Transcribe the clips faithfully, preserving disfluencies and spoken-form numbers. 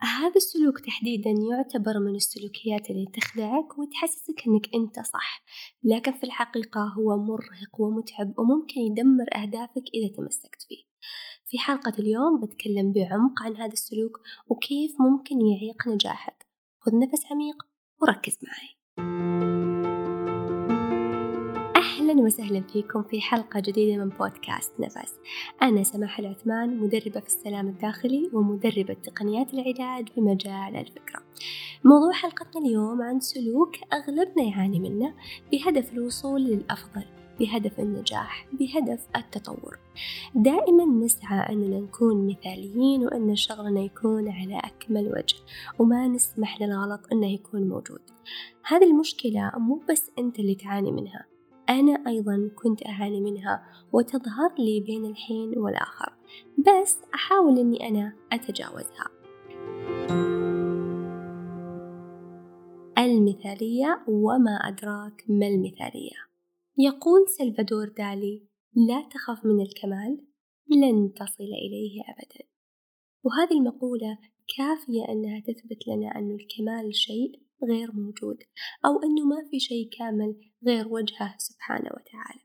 هذا السلوك تحديداً يعتبر من السلوكيات اللي تخدعك وتحسسك إنك أنت صح، لكن في الحقيقة هو مرهق ومتعب وممكن يدمر أهدافك إذا تمسكت فيه. في حلقة اليوم بتكلم بعمق عن هذا السلوك وكيف ممكن يعيق نجاحك. خذ نفس عميق وركز معي. أهلاً وسهلاً فيكم في حلقة جديدة من بودكاست نفس. أنا سماح العثمان، مدربة في السلام الداخلي ومدربة تقنيات العلاج بمجال الفكرة. موضوع حلقتنا اليوم عن سلوك أغلبنا يعاني منه بهدف الوصول للأفضل، بهدف النجاح، بهدف التطور. دائما نسعى أننا نكون مثاليين وأن شغلنا يكون على أكمل وجه وما نسمح للغلط أنه يكون موجود. هذه المشكلة مو بس أنت اللي تعاني منها، أنا أيضا كنت أعاني منها وتظهر لي بين الحين والآخر، بس أحاول أني أنا أتجاوزها. المثالية وما أدراك ما المثالية. يقول سلفادور دالي: لا تخف من الكمال، لن تصل إليه أبدا. وهذه المقولة كافية أنها تثبت لنا أن الكمال شيء غير موجود، أو أنه ما في شيء كامل غير وجهه سبحانه وتعالى.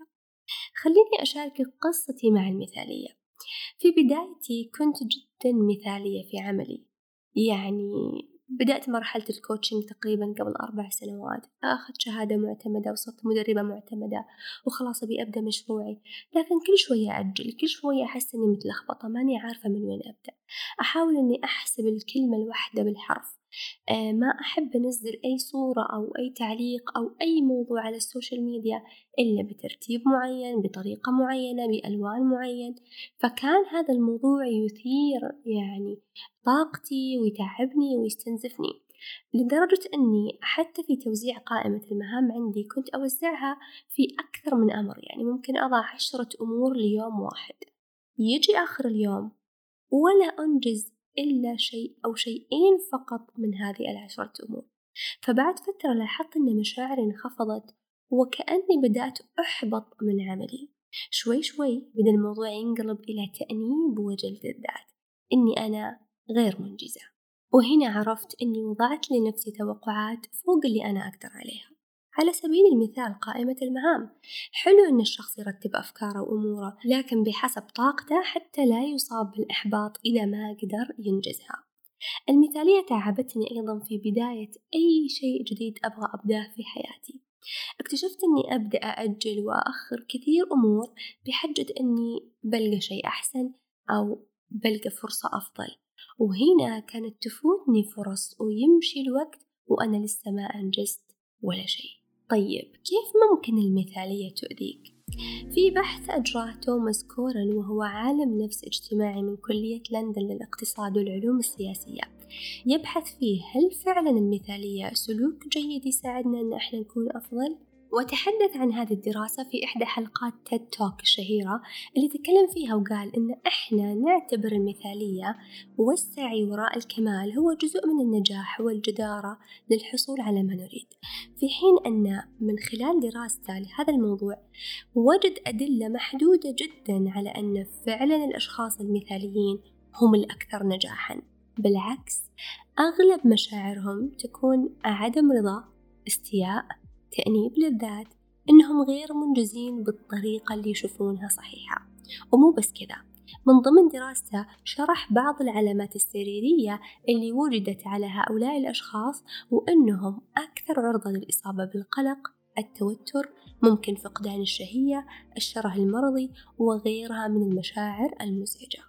خليني أشارك قصتي مع المثالية. في بدايتي كنت جدا مثالية في عملي، يعني بدأت مرحلة الكوتشنج تقريبا قبل أربع سنوات، أخذت شهادة معتمدة وصرت مدربة معتمدة وخلاص أبي أبدأ مشروعي، لكن كل شوية أجل، كل شوية أحس إني متلخبطة، ماني عارفة من وين أبدأ. أحاول إني أحسب الكلمة الواحدة بالحرف، آه ما أحب أنزل أي صورة أو أي تعليق أو أي موضوع على السوشيال ميديا إلا بترتيب معين، بطريقة معينة، بألوان معين. فكان هذا الموضوع يثير يعني طاقتي ويتعبني ويستنزفني، لدرجة أني حتى في توزيع قائمة المهام عندي كنت أوزعها في أكثر من أمر، يعني ممكن أضع عشرة أمور ليوم واحد، يجي آخر اليوم ولا أنجز إلا شيء أو شيئين فقط من هذه العشرة أمور. فبعد فترة لاحظت أن مشاعري انخفضت وكأني بدأت أحبط من عملي. شوي شوي بدأ الموضوع ينقلب إلى تأنيب وجلد الذات، إني أنا غير منجزة. وهنا عرفت إني وضعت لنفسي توقعات فوق اللي أنا أقدر عليها. على سبيل المثال قائمة المهام، حلو إن الشخص يرتب أفكاره وأموره، لكن بحسب طاقته حتى لا يصاب بالإحباط إذا ما قدر ينجزها. المثالية تعبتني أيضا في بداية أي شيء جديد أبغى أبدأه في حياتي. اكتشفت أني أبدأ أأجل وأخر كثير أمور بحجة أني بلقى شيء أحسن أو بلقى فرصة أفضل، وهنا كانت تفوتني فرص ويمشي الوقت وأنا لسه ما أنجزت ولا شيء. طيب كيف ممكن المثالية تؤذيك؟ في بحث أجراه توماس كورن، وهو عالم نفس اجتماعي من كلية لندن للاقتصاد والعلوم السياسية، يبحث فيه هل فعلا المثالية سلوك جيد يساعدنا أن احنا نكون أفضل؟ وتحدث عن هذه الدراسة في إحدى حلقات تيد توك الشهيرة اللي تكلم فيها وقال إن إحنا نعتبر المثالية والسعي وراء الكمال هو جزء من النجاح والجدارة للحصول على ما نريد، في حين أن من خلال دراسته لهذا الموضوع وجد أدلة محدودة جدا على أن فعلا الأشخاص المثاليين هم الأكثر نجاحا. بالعكس، أغلب مشاعرهم تكون عدم رضا، استياء، تأنيب للذات، إنهم غير منجزين بالطريقة اللي يشوفونها صحيحة. ومو بس كذا، من ضمن دراسته شرح بعض العلامات السريرية اللي وجدت على هؤلاء الأشخاص، وإنهم أكثر عرضة للإصابة بالقلق، التوتر، ممكن فقدان الشهية، الشره المرضي وغيرها من المشاعر المزعجة.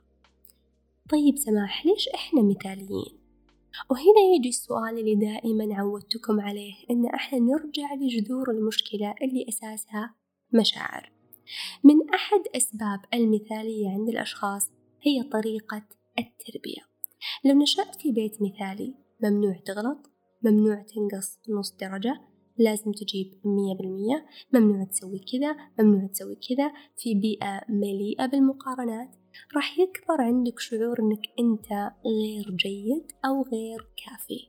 طيب سماح، ليش إحنا مثاليين؟ وهنا يجي السؤال اللي دائما عودتكم عليه، إن إحنا نرجع لجذور المشكلة اللي أساسها مشاعر. من أحد أسباب المثالية عند الأشخاص هي طريقة التربية. لو نشأت في بيت مثالي، ممنوع تغلط، ممنوع تنقص نص درجة، لازم تجيب مية بالمية، ممنوع تسوي كذا، ممنوع تسوي كذا، في بيئة مليئة بالمقارنات، راح يكبر عندك شعور أنك أنت غير جيد أو غير كافي،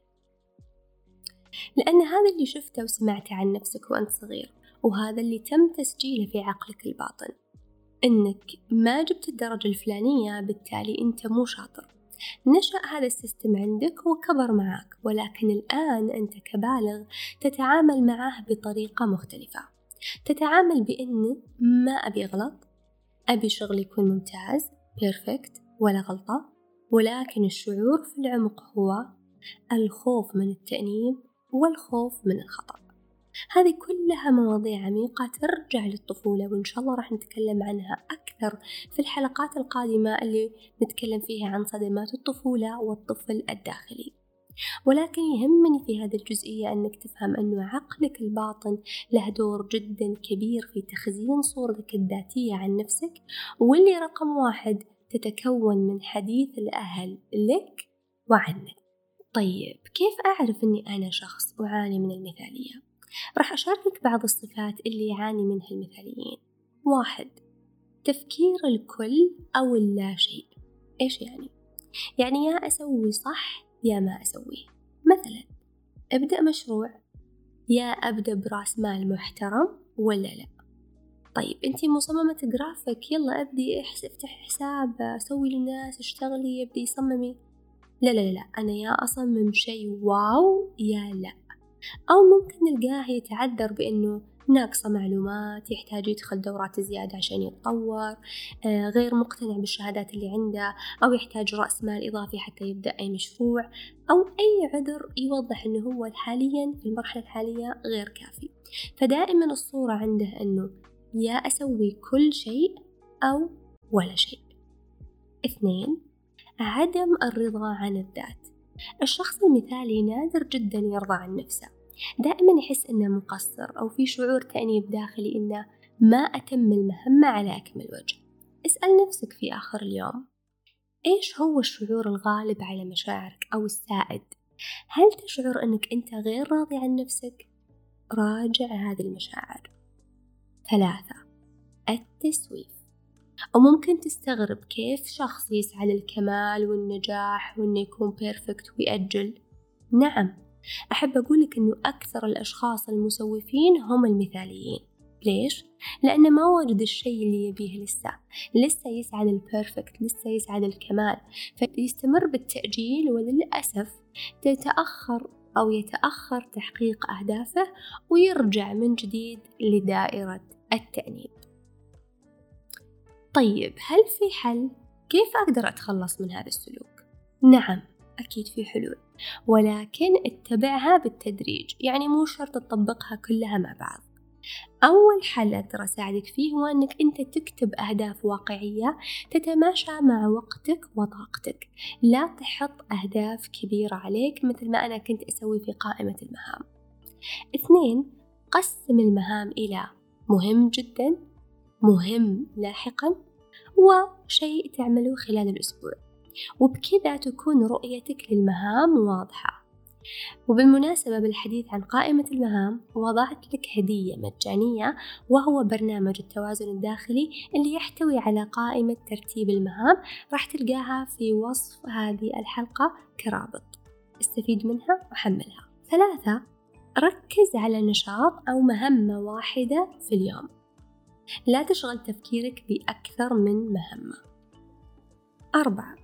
لأن هذا اللي شفته وسمعته عن نفسك وأنت صغير، وهذا اللي تم تسجيله في عقلك الباطن، أنك ما جبت الدرجة الفلانية بالتالي أنت مو شاطر. نشأ هذا السيستم عندك وكبر معك، ولكن الآن أنت كبالغ تتعامل معه بطريقة مختلفة. تتعامل بأن ما أبي أغلط، أبي شغل يكون ممتاز بيرفكت ولا غلطة، ولكن الشعور في العمق هو الخوف من التأنيب والخوف من الخطأ. هذه كلها مواضيع عميقة ترجع للطفولة، وإن شاء الله راح نتكلم عنها أكثر في الحلقات القادمة اللي نتكلم فيها عن صدمات الطفولة والطفل الداخلي. ولكن يهمني في هذه الجزئية أنك تفهم أنه عقلك الباطن له دور جدا كبير في تخزين صورتك الذاتية عن نفسك، واللي رقم واحد تتكون من حديث الأهل لك وعنك. طيب كيف أعرف أني أنا شخص أعاني من المثالية؟ راح أشاركك بعض الصفات اللي يعاني منها المثاليين. واحد، تفكير الكل أو اللا شيء. إيش يعني؟ يعني يا أسوي صح يا ما أسويه. مثلا أبدأ مشروع، يا أبدأ برأس مال محترم ولا لا. طيب أنتي مصممة جرافيك، يلا أبدي افتح حساب، أسوي للناس، اشتغلي، أبدي صممي. لا لا لا أنا يا أصمم شيء واو يا لا. أو ممكن نلقاه يتعذر بأنه ناقصة معلومات، يحتاج يدخل دورات زيادة عشان يتطور، آه غير مقتنع بالشهادات اللي عنده، أو يحتاج رأس مال إضافي حتى يبدأ أي مشروع، أو أي عذر يوضح أنه هو حاليا في المرحلة الحالية غير كافي. فدائما الصورة عنده أنه يا أسوي كل شيء أو ولا شيء. اثنين، عدم الرضا عن الذات. الشخص المثالي نادر جدا يرضى عن نفسه، دائما يحس إنه مقصر أو في شعور تأنيب داخلي إنه ما أتم المهمة على أكمل وجه. اسأل نفسك في آخر اليوم، إيش هو الشعور الغالب على مشاعرك أو السائد؟ هل تشعر أنك أنت غير راضي عن نفسك؟ راجع هذه المشاعر. ثلاثة، التسويف. وممكن تستغرب كيف شخص يسعى للكمال والنجاح وإنه يكون بيرفكت ويأجل. نعم، أحب أقولك إنه أكثر الأشخاص المسوفين هم المثاليين. ليش؟ لأنه ما وجد الشيء اللي يبيه لسه لسه يسعى للبيرفكت، لسه يسعى للكمال، فيستمر بالتأجيل، وللأسف تتأخر أو يتأخر تحقيق أهدافه ويرجع من جديد لدائرة التأنيب. طيب هل في حل؟ كيف أقدر أتخلص من هذا السلوك؟ نعم أكيد في حلول، ولكن اتبعها بالتدريج، يعني مو شرط تطبقها كلها مع بعض. أول حل أقدر أساعدك فيه هو أنك أنت تكتب أهداف واقعية تتماشى مع وقتك وطاقتك، لا تحط أهداف كبيرة عليك مثل ما أنا كنت أسوي في قائمة المهام. اثنين، قسم المهام إلى مهم جدا، مهم لاحقا، وشيء تعمله خلال الأسبوع، وبكذا تكون رؤيتك للمهام واضحة. وبالمناسبة بالحديث عن قائمة المهام وضعت لك هدية مجانية، وهو برنامج التوازن الداخلي اللي يحتوي على قائمة ترتيب المهام، راح تلقاها في وصف هذه الحلقة كرابط، استفيد منها وحملها. ثلاثة، ركز على نشاط أو مهمة واحدة في اليوم، لا تشغل تفكيرك بأكثر من مهمة. أربعة،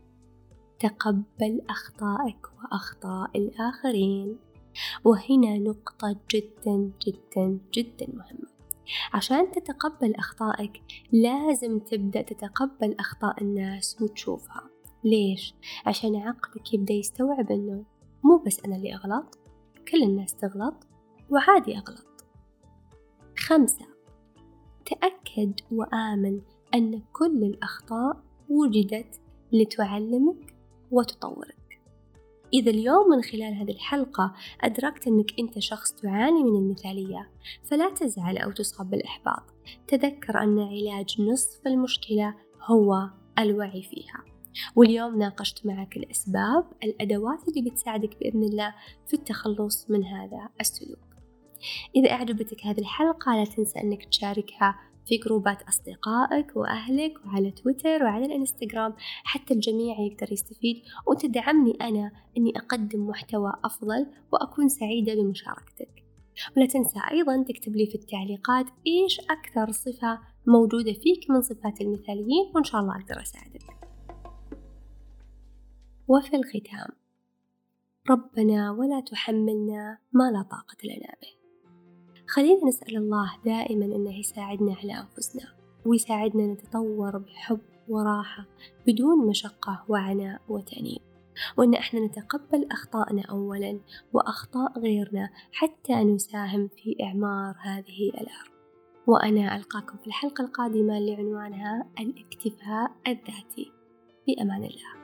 تقبل أخطائك وأخطاء الآخرين. وهنا نقطة جدا جدا جدا مهمة. عشان تتقبل أخطائك لازم تبدأ تتقبل أخطاء الناس وتشوفها. ليش؟ عشان عقلك يبدأ يستوعب أنه مو بس أنا اللي أغلط، كل الناس تغلط وعادي أغلط. خمسة، تأكد وآمن أن كل الأخطاء وجدت لتعلمك وتطورك. إذا اليوم من خلال هذه الحلقة أدركت أنك أنت شخص تعاني من المثالية، فلا تزعل أو تصاب بالإحباط. تذكر أن علاج نصف المشكلة هو الوعي فيها. واليوم ناقشت معك الأسباب، الأدوات اللي بتساعدك بإذن الله في التخلص من هذا السلوك. إذا أعجبتك هذه الحلقة لا تنسى أنك تشاركها في جروبات أصدقائك وأهلك وعلى تويتر وعلى الإنستغرام، حتى الجميع يقدر يستفيد، وتدعمني أنا أني أقدم محتوى أفضل وأكون سعيدة بمشاركتك. ولا تنسى أيضا تكتب لي في التعليقات إيش أكثر صفة موجودة فيك من صفات المثاليين، وإن شاء الله أقدر أساعدك. وفي الختام، ربنا ولا تحملنا ما لا طاقة لنا به. خلينا نسأل الله دائما أنه يساعدنا على أنفسنا، ويساعدنا نتطور بحب وراحة بدون مشقة وعناء وتأنيب، وأن احنا نتقبل أخطائنا أولا وأخطاء غيرنا حتى نساهم في إعمار هذه الأرض. وأنا ألقاكم في الحلقة القادمة اللي عنوانها الاكتفاء الذاتي. بأمان الله.